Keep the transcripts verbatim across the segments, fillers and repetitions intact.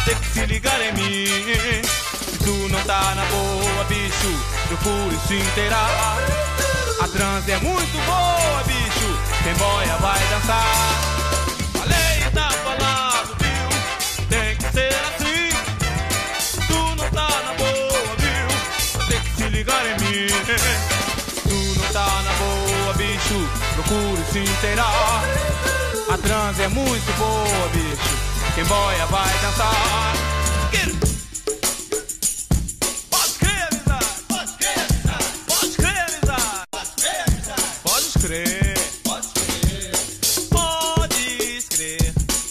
ter que se ligar em mim. Se tu não tá na boa, bicho, procure se inteirar. A transe é muito boa, bicho, quem boia vai dançar. Falei, tá falado, viu? Tem que ser assim. Se tu não tá na boa, viu? Vai ter que se ligar em mim. Se tu não tá na boa, bicho, procure se inteirar. A transe é muito boa, bicho, quem boia vai dançar. Get it. Pode crer, amizade. Pode crer, amizade. Pode crer, amizade. Pode crer. Pode crer. Pode crer.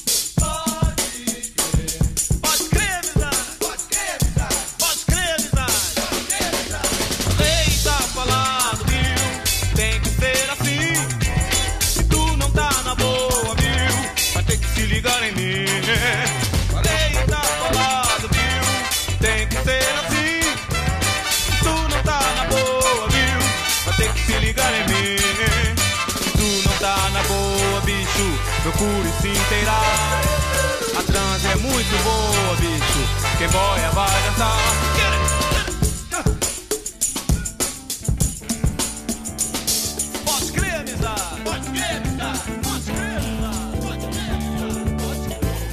Pode crer, amizade. Pode crer, amizade. Pode crer, amizade. Rei tá falando, viu? Tem que ser assim. Se tu não tá na boa, viu? Vai ter que se ligar em mim. Falei, tá falado, viu? Tem que ser assim. Se tu não tá na boa, viu? Vai ter que se ligar em mim. Se tu não tá na boa, bicho, procure se inteirar. A transe é muito boa, bicho, quem boia vai dançar. Get it. Pode crer, amizade. Pode crer, amizade. Pode crer, amizade. Pode crer, amizade. Pode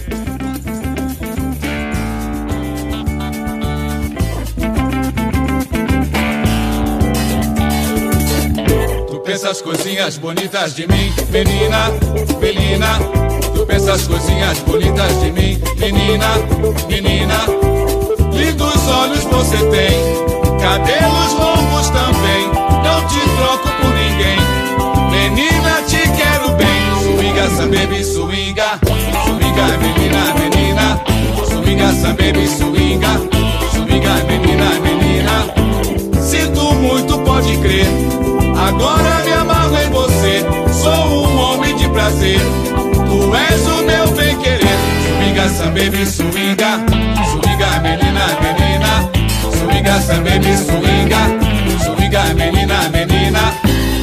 crer. Tu pensas coisinhas bonitas de mim, menina, menina. Tu pensas coisinhas bonitas de mim, menina, menina. Lindos olhos você tem, cabelos longos também. Não te troco por ninguém, menina, te quero bem. Swinga, some baby, swinga. Swinga, menina, menina. Swinga, some baby, swinga. Swinga, menina, menina. Sinto muito, pode crer. Agora me amarro em você. Sou um homem de prazer. Tu és o meu bem-querer. Swinga, some baby, swinga. Swinga, menina, menina. Swinga, some baby, swinga. Swinga, menina, menina.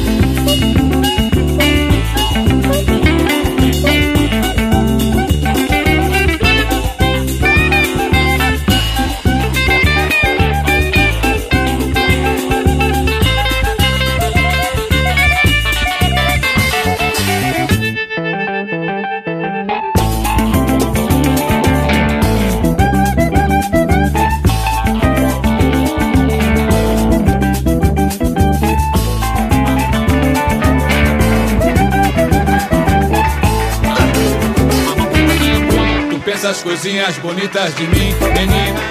Essas coisinhas bonitas de mim, menina.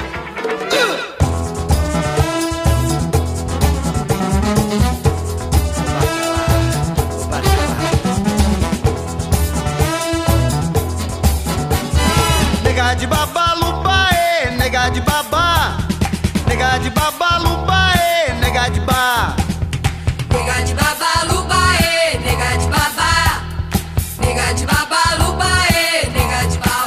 Nega de babaluba, é, nega de babá. Nega de babaluba, é, nega de ba. Nega de babaluba, é, nega de babá. Nega de babaluba, é, nega de ba.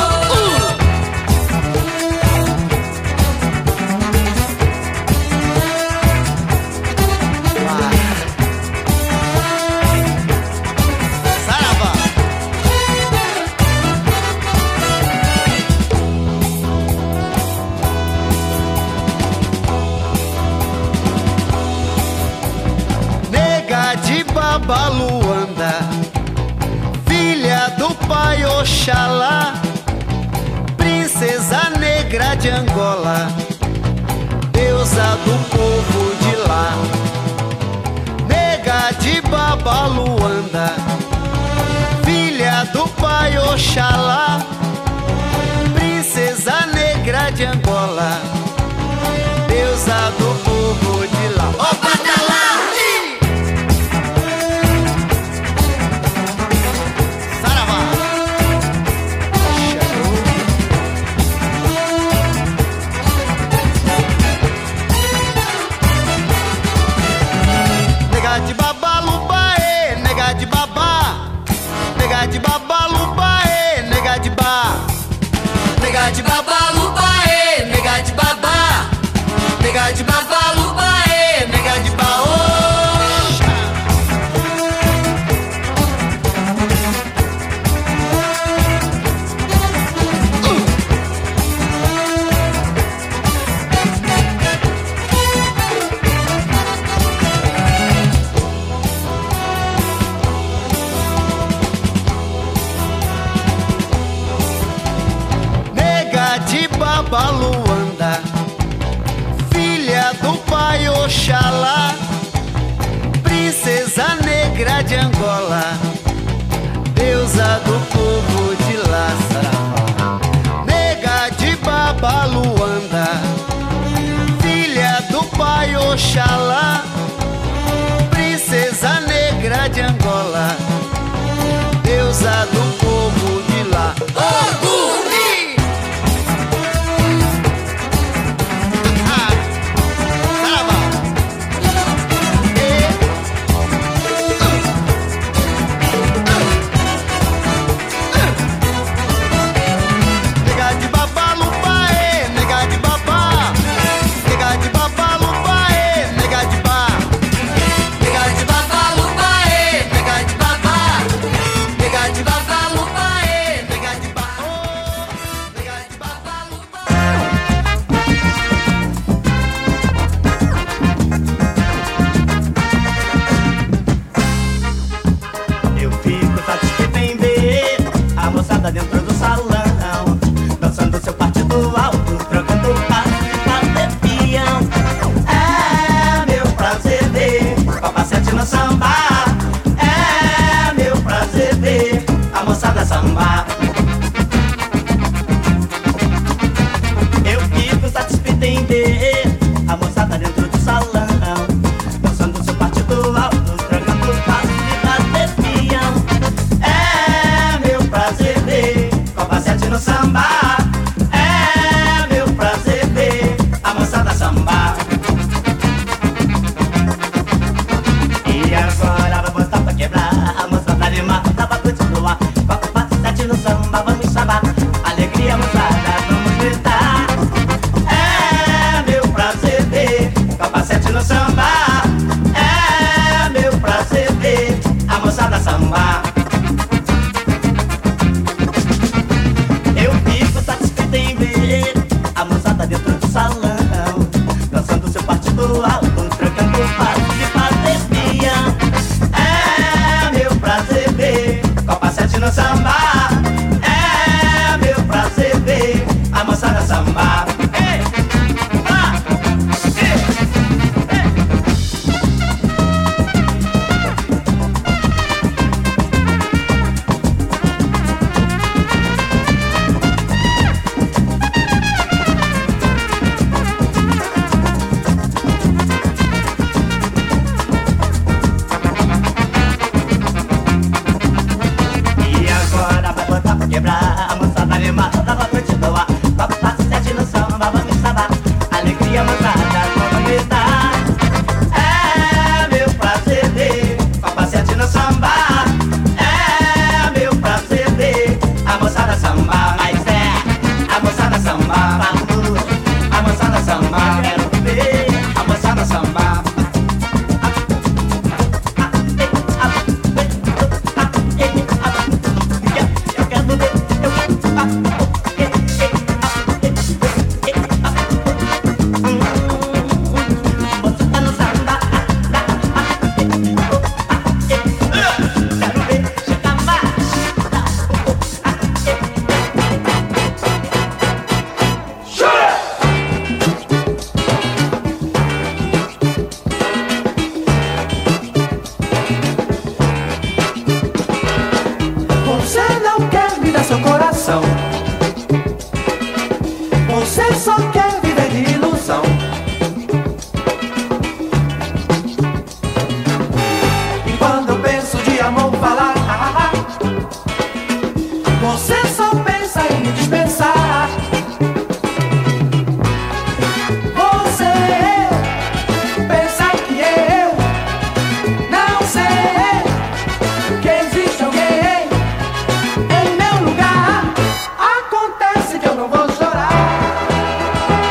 Babaluanda, filha do pai Oxalá, princesa negra de Angola, deusa do povo de lá. Nega de Babaluanda, filha do pai Oxalá, princesa negra de Angola, deusa do povo de lá. Ó, Badalá! Nega de babaluba, é, nega de ba. Nega de babaluba, é, nega de babá. Nega de babaluba, é, nega de ba. Baba Luanda, filha do pai Oxalá, princesa negra de Angola, deusa do povo de lá, Saravá. Nega de Baba Luanda, filha do pai Oxalá, princesa negra de Angola, deusa do povo de lá. Ogumi! Ah, Saravá. E, uh, uh, uh. Nega de Baba Lupaê, nega de Baba, nega de Baba Lupaê, nega de Baba. Nega de Babalupaê, nega de babá. Nega de Babalupaê, Nega de Baba, nega de Babalupaê. Eu fico satisfeito em ver a moçada dentro do salão, dançando seu partido alto, trocando passo e fazer peão. É meu prazer ver Papacete no samba. É meu prazer ver a moçada sambar. Eu fico satisfeito em ver a moçada dentro do salão, dançando seu partido alto, trocando passo e fazer peão. É meu prazer ver Papacete no samba. É meu prazer ver a moçada sambar. E agora vai botar pra quebrar, a moçada animada vai continuar. Papacete no samba, vamos sambar. Alegria, moçada, vamos gritar. É meu prazer ver Papacete no samba. É meu prazer ver a moçada sambar. Eu fico satisfeito em ver a moçada dentro do salão, dançando seu partido alto, trocando passo e fazer peão. É meu prazer ver Papacete no samba. É meu prazer ver a moçada sambar. Ei, ah, ei, ei. E agora vai botar pra quebrar, a moçada animada vai continuar. Papacete no samba, vamos sambar. Alegria, moçada, vamos gritar. É meu prazer ver Papacete no samba. É meu prazer ver a moçada sambar. Mas é a moçada sambar, vamos. A moçada sambar, quero ver a moçada sambar. Eu quero ver, eu você tá no samba. Quero ver, chega mais. Você não quer me dar seu coração, você só quer viver de ilusão. E quando eu penso de amor falar, você só pensa em me dispensar. Você pensa que eu não sei que existe alguém em meu lugar. Acontece que eu não vou chorar.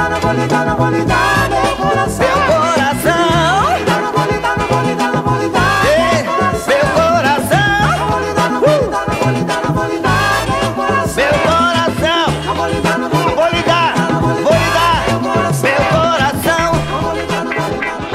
dar, vou lhe dar, vou lhe dar meu coração. Meu coração. Vou lhe dar, vou lhe dar, vou lhe dar, vou lhe dar meu coração. Vou lhe dar, vou lhe dar, vou lhe dar, vou lhe dar meu coração. Meu coração. Vou lhe dar, vou lhe dar, vou lhe dar meu coração. Vou lhe dar, vou lhe dar.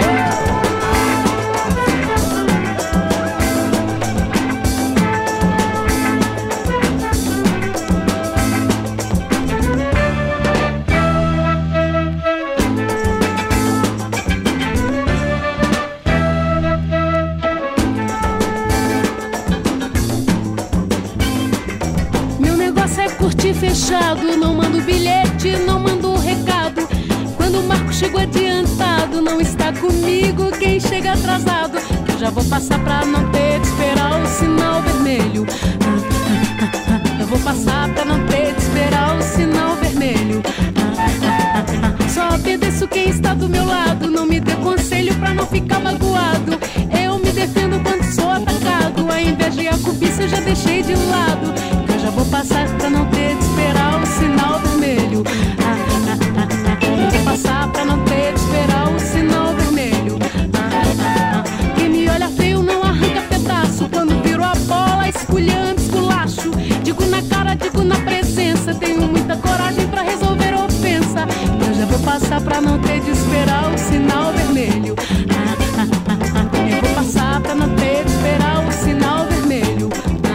Fechado, não mando bilhete, não mando recado. Quando o Marco chegou adiantado, não está comigo quem chega atrasado. Eu já vou passar pra não ter de esperar o sinal vermelho. Eu vou passar pra não ter de esperar o sinal vermelho. Só obedeço quem está do meu lado. Não me dê conselho pra não ficar magoado. Eu me defendo quando sou atacado. A inveja e a cobiça eu já deixei de lado. Eu já vou passar pra não ter de esperar o sinal vermelho. Eu vou passar pra não ter de esperar o sinal vermelho. Quem me olha feio não arranca pedaço. Quando viro a bola, esculhando, esculacho. Digo na cara, digo na presença. Tenho muita coragem pra resolver ofensa. Eu já vou passar pra não ter de esperar o sinal vermelho. Eu vou passar pra não ter de esperar o sinal vermelho.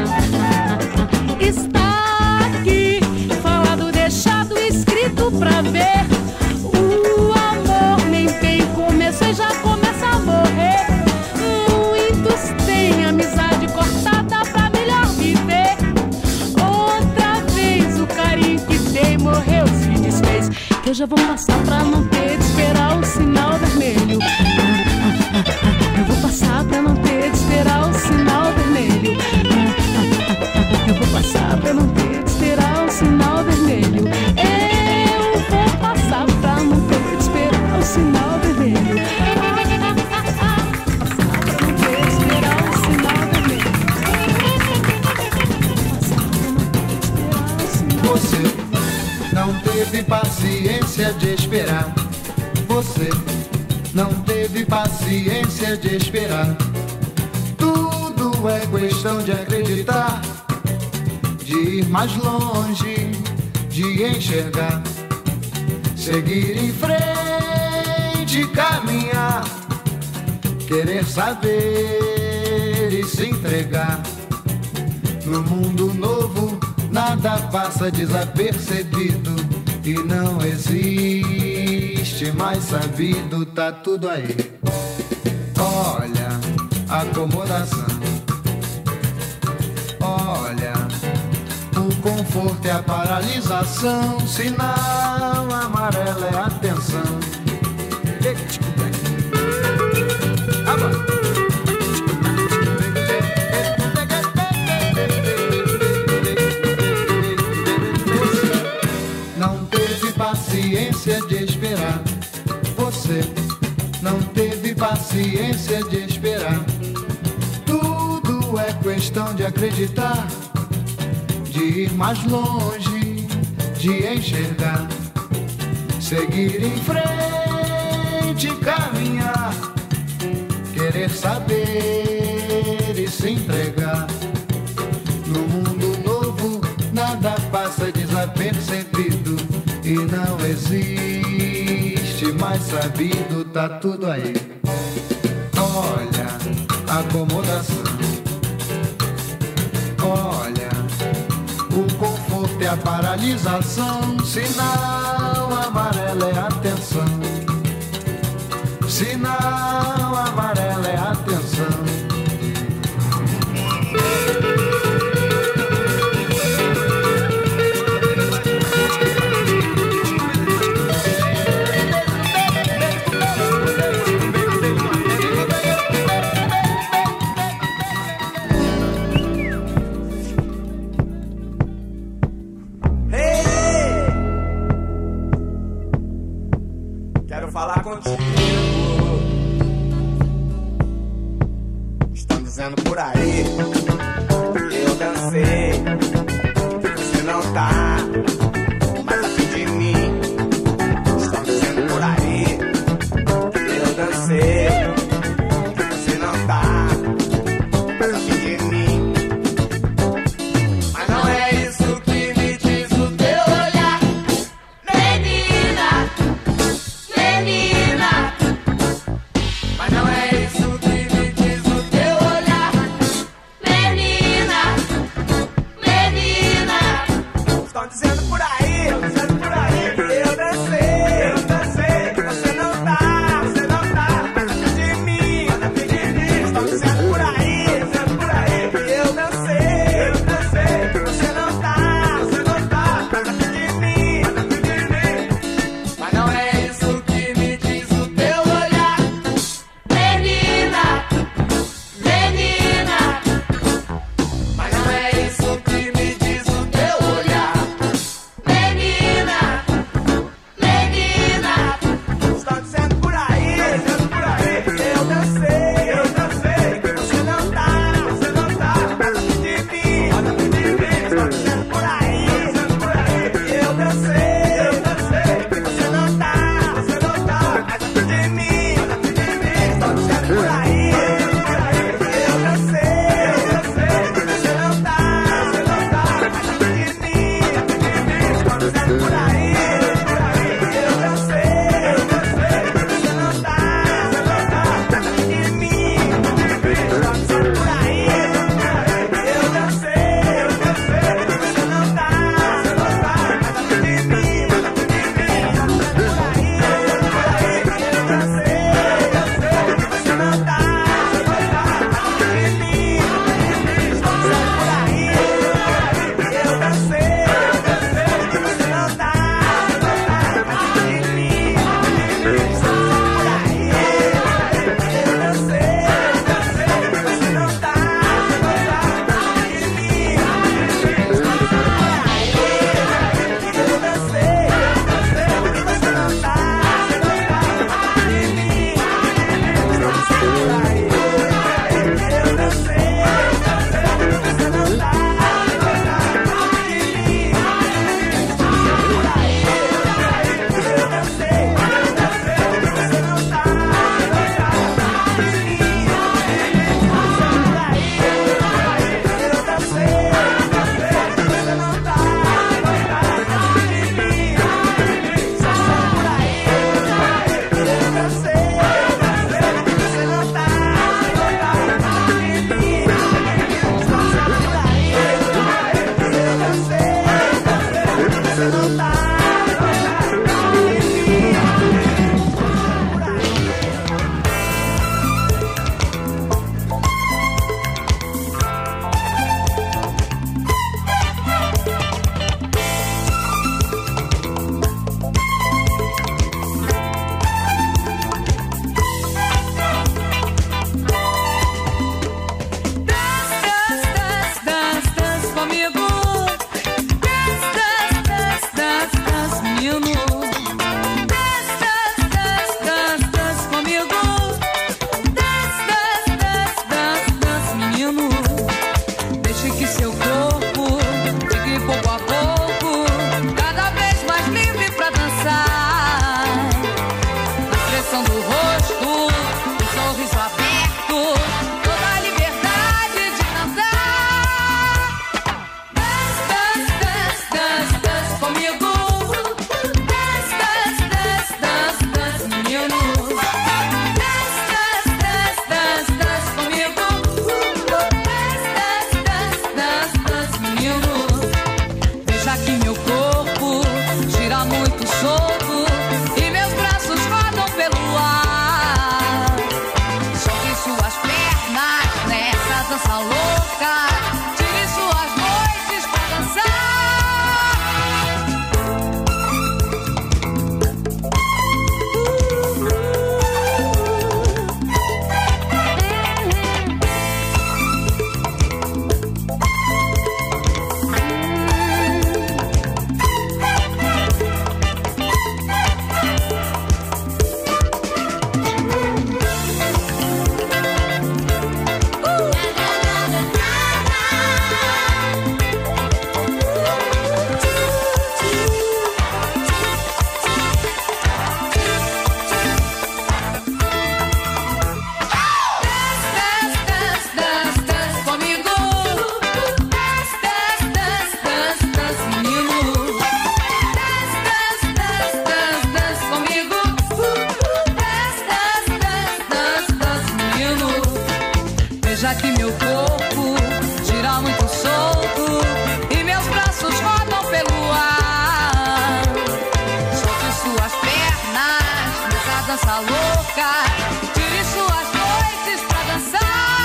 Está aqui, falado, deixado, escrito pra ver. O amor nem tem começo e já começa a morrer. Muitos têm amizade cortada pra melhor viver. Outra vez o carinho que dei morreu, se desfez. Eu já vou passar pra não ter de esperar o sinal vermelho. Eu vou passar pra não ter de esperar o sinal vermelho. Eu vou passar pra não ter de esperar o sinal vermelho. Eu vou passar pra não ter de esperar o sinal vermelho. Você não teve paciência de esperar. Você não teve paciência de esperar. Tudo é questão de acreditar, de ir mais longe, de enxergar, seguir em frente, caminhar, querer saber e se entregar. No mundo novo nada passa desapercebido e não existe mais sabido, tá tudo aí. Olha a acomodação, olha o conforto é a paralisação, sinal amarelo é a atenção. Não teve paciência de esperar. Você não teve paciência de esperar. Tudo é questão de acreditar, de ir mais longe, de enxergar, seguir em frente, caminhar, querer saber e se entregar. No mundo novo nada passa desapercebido e não existe mais sabido, tá tudo aí. Olha a acomodação, olha o conforto é a paralisação, sinal amarelo é a atenção, sinal amarelo é a atenção. Por aí, eu dancei, você não tá mais afim de mim. Estão máquinas nessa dança louca. Tire suas noites pra dançar.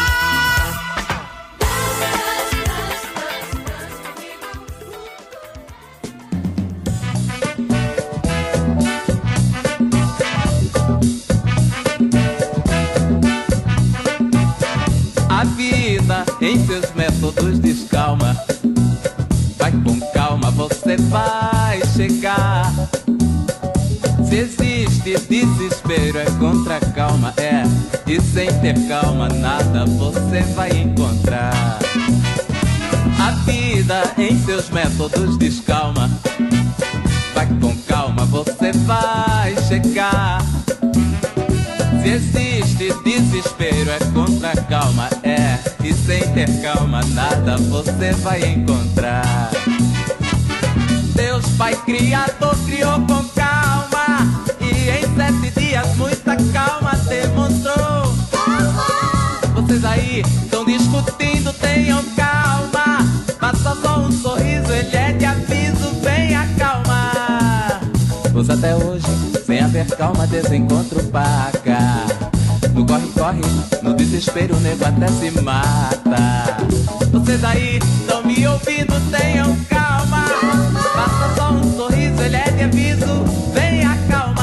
A vida em seus métodos descalma. Vai com calma, você vai chegar. Se existe desespero, é contra a calma, é. E sem ter calma, nada você vai encontrar. A vida em seus métodos descalma. Vai com calma, você vai chegar. Se existe desespero, é contra a calma, é. E sem ter calma, nada você vai encontrar. Deus Pai Criador criou com calma, e em sete dias muita calma demonstrou. Vocês aí estão discutindo, tenham calma. Basta só um sorriso, ele é de aviso, venha calma. Pois até hoje, sem haver calma, desencontro paga. No corre-corre, no desespero, o nego até se mata. Vocês aí estão me ouvindo, tenham calma. Basta só um sorriso, ele é de aviso, venha calma.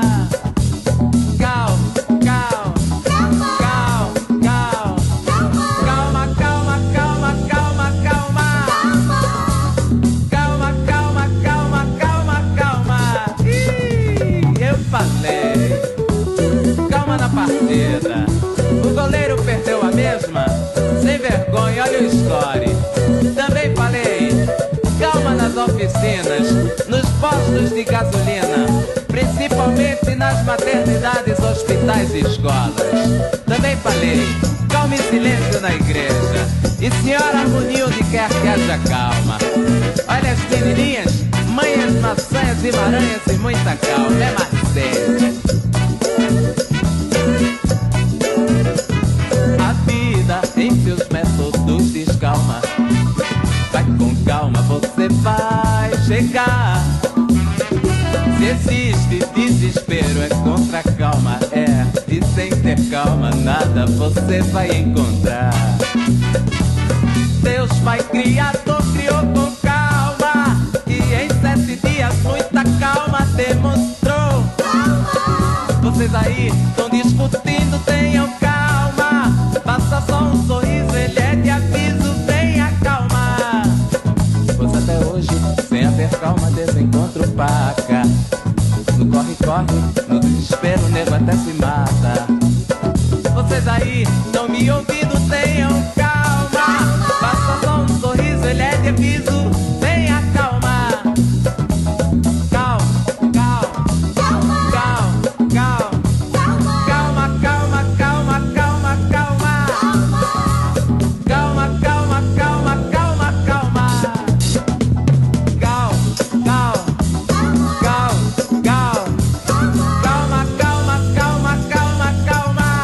Cal, cal, cal, cal. Calma, calma, calma, calma, calma. Calma, calma, calma, calma, calma. Ih, eu falei. Calma na partida. O goleiro perdeu a mesma. Sem vergonha, olha o score. Também falei. Calma nas oficinas, nos postos de gasolina, principalmente nas maternidades, hospitais e escolas. Também falei, calma e silêncio na igreja. E senhora harmonia onde quer que haja calma. Olha as menininhas, manhas, maçãs e maranhas e muita calma. É Marcelo. A vida em seus métodos descalma. Vai com calma, você vai chegar. Se existe desespero, é contra a calma, é. E sem ter calma, nada você vai encontrar. Deus Pai Criador criou com calma, e em sete dias muita calma demonstrou. Vocês aí estão discutindo, tenham calma. Basta só um sorriso, ele é de aviso, venha calma. Pois até hoje, sem haver calma, desencontro paga. No corre-corre, no desespero, o nego até se mata. Vocês aí estão me ouvindo, tenham calma. Basta só um sorriso, ele é de aviso, venha calma. Calma, calma, calma, calma. Calma, calma, calma, calma, calma. Calma, calma, calma, calma, calma. Cal, cal, cal, cal. Calma, calma, calma, calma, calma.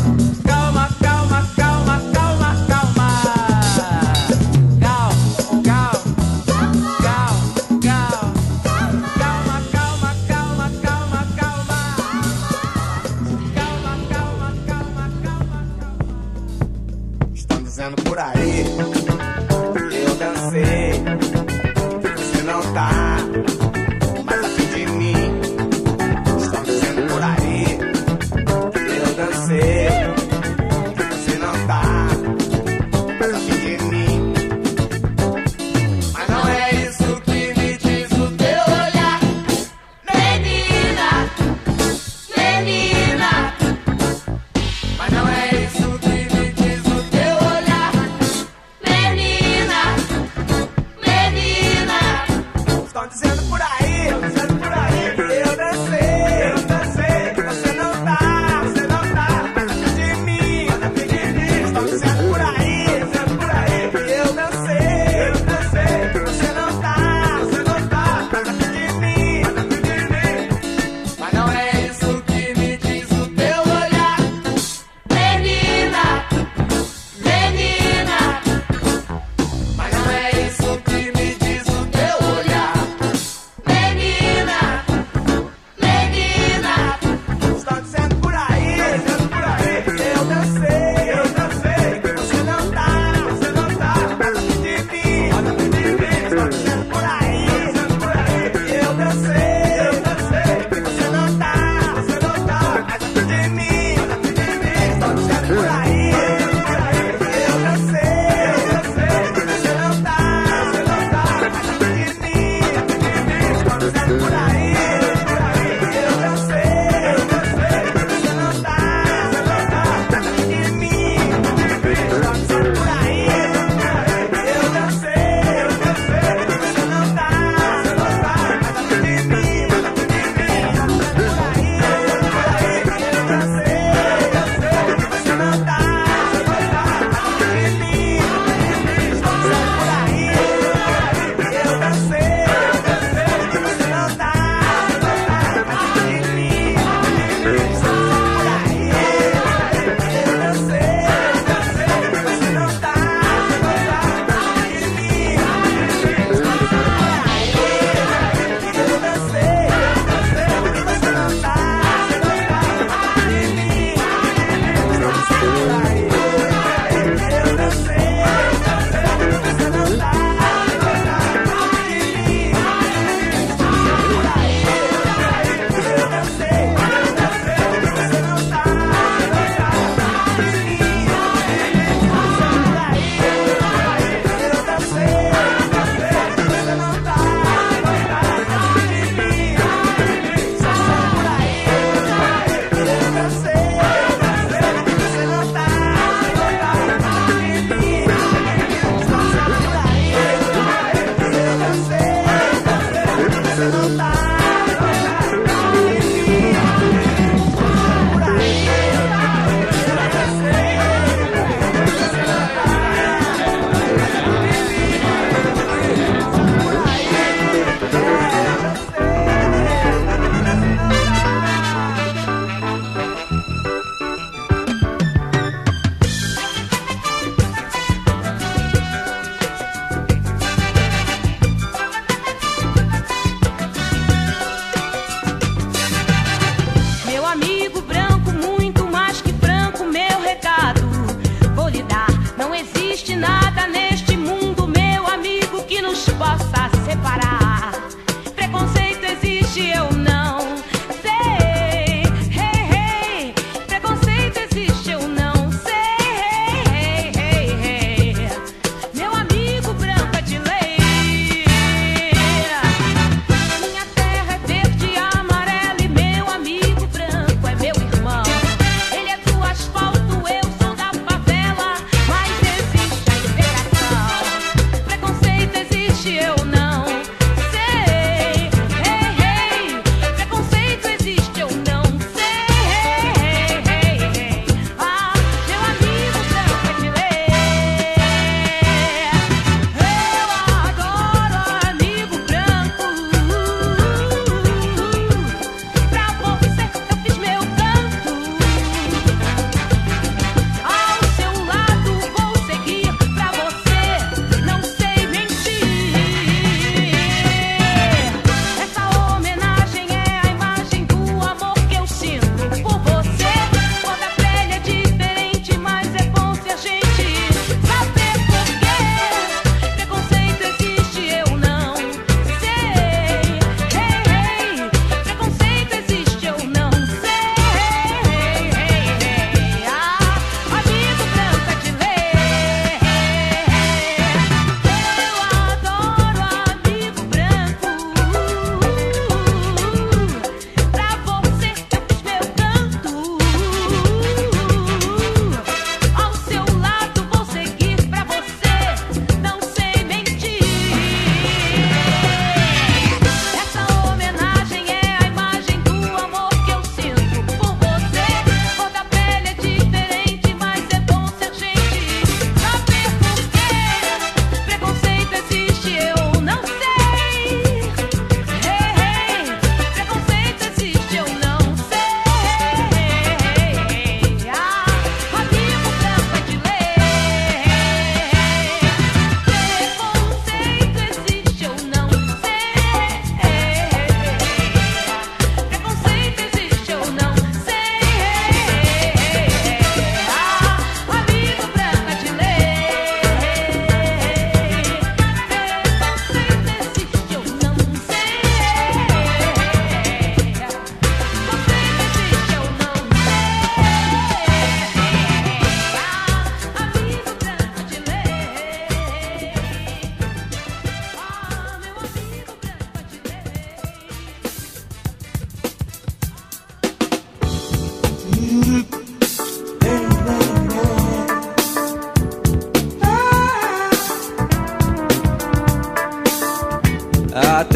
Calma, calma, calma, calma, calma. Cal, cal, cal, cal, cal.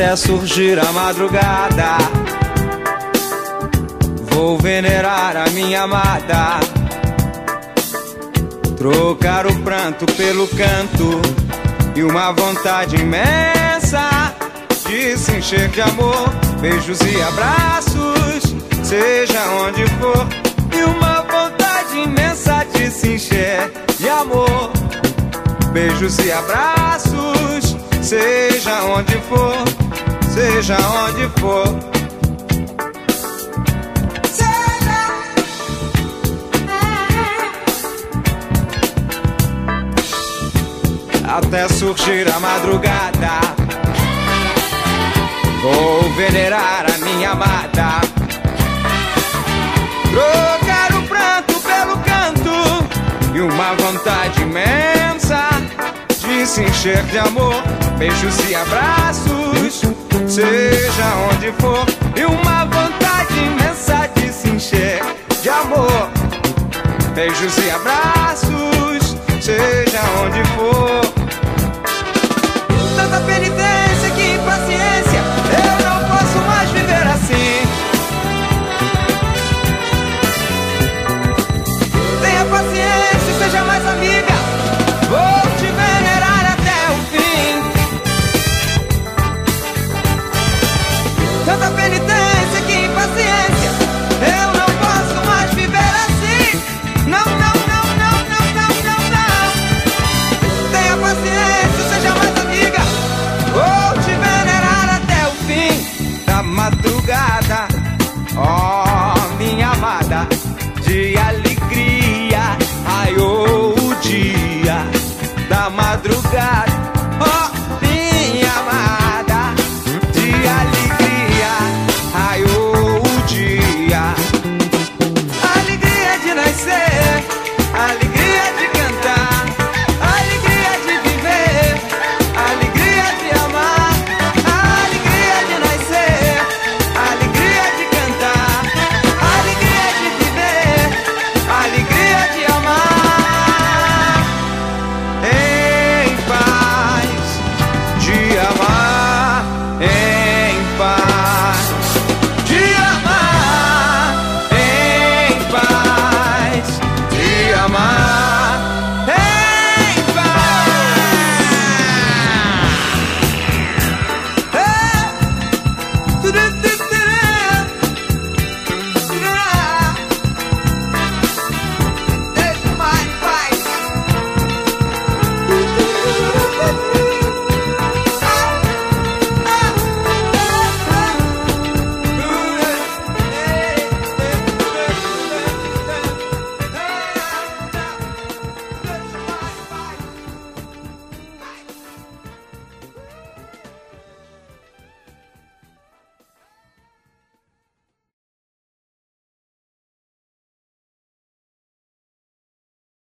até surgir a madrugada. Vou venerar a minha amada, trocar o pranto pelo canto e uma vontade imensa de se encher de amor, beijos e abraços, seja onde for. E uma vontade imensa de se encher de amor, beijos e abraços, seja onde for, seja onde for. Até surgir a madrugada, vou venerar a minha amada, trocar o pranto pelo canto e uma vontade imensa de se encher de amor, beijos e abraços, seja onde for. E uma vontade imensa de se encher de amor, beijos e abraços, seja onde for.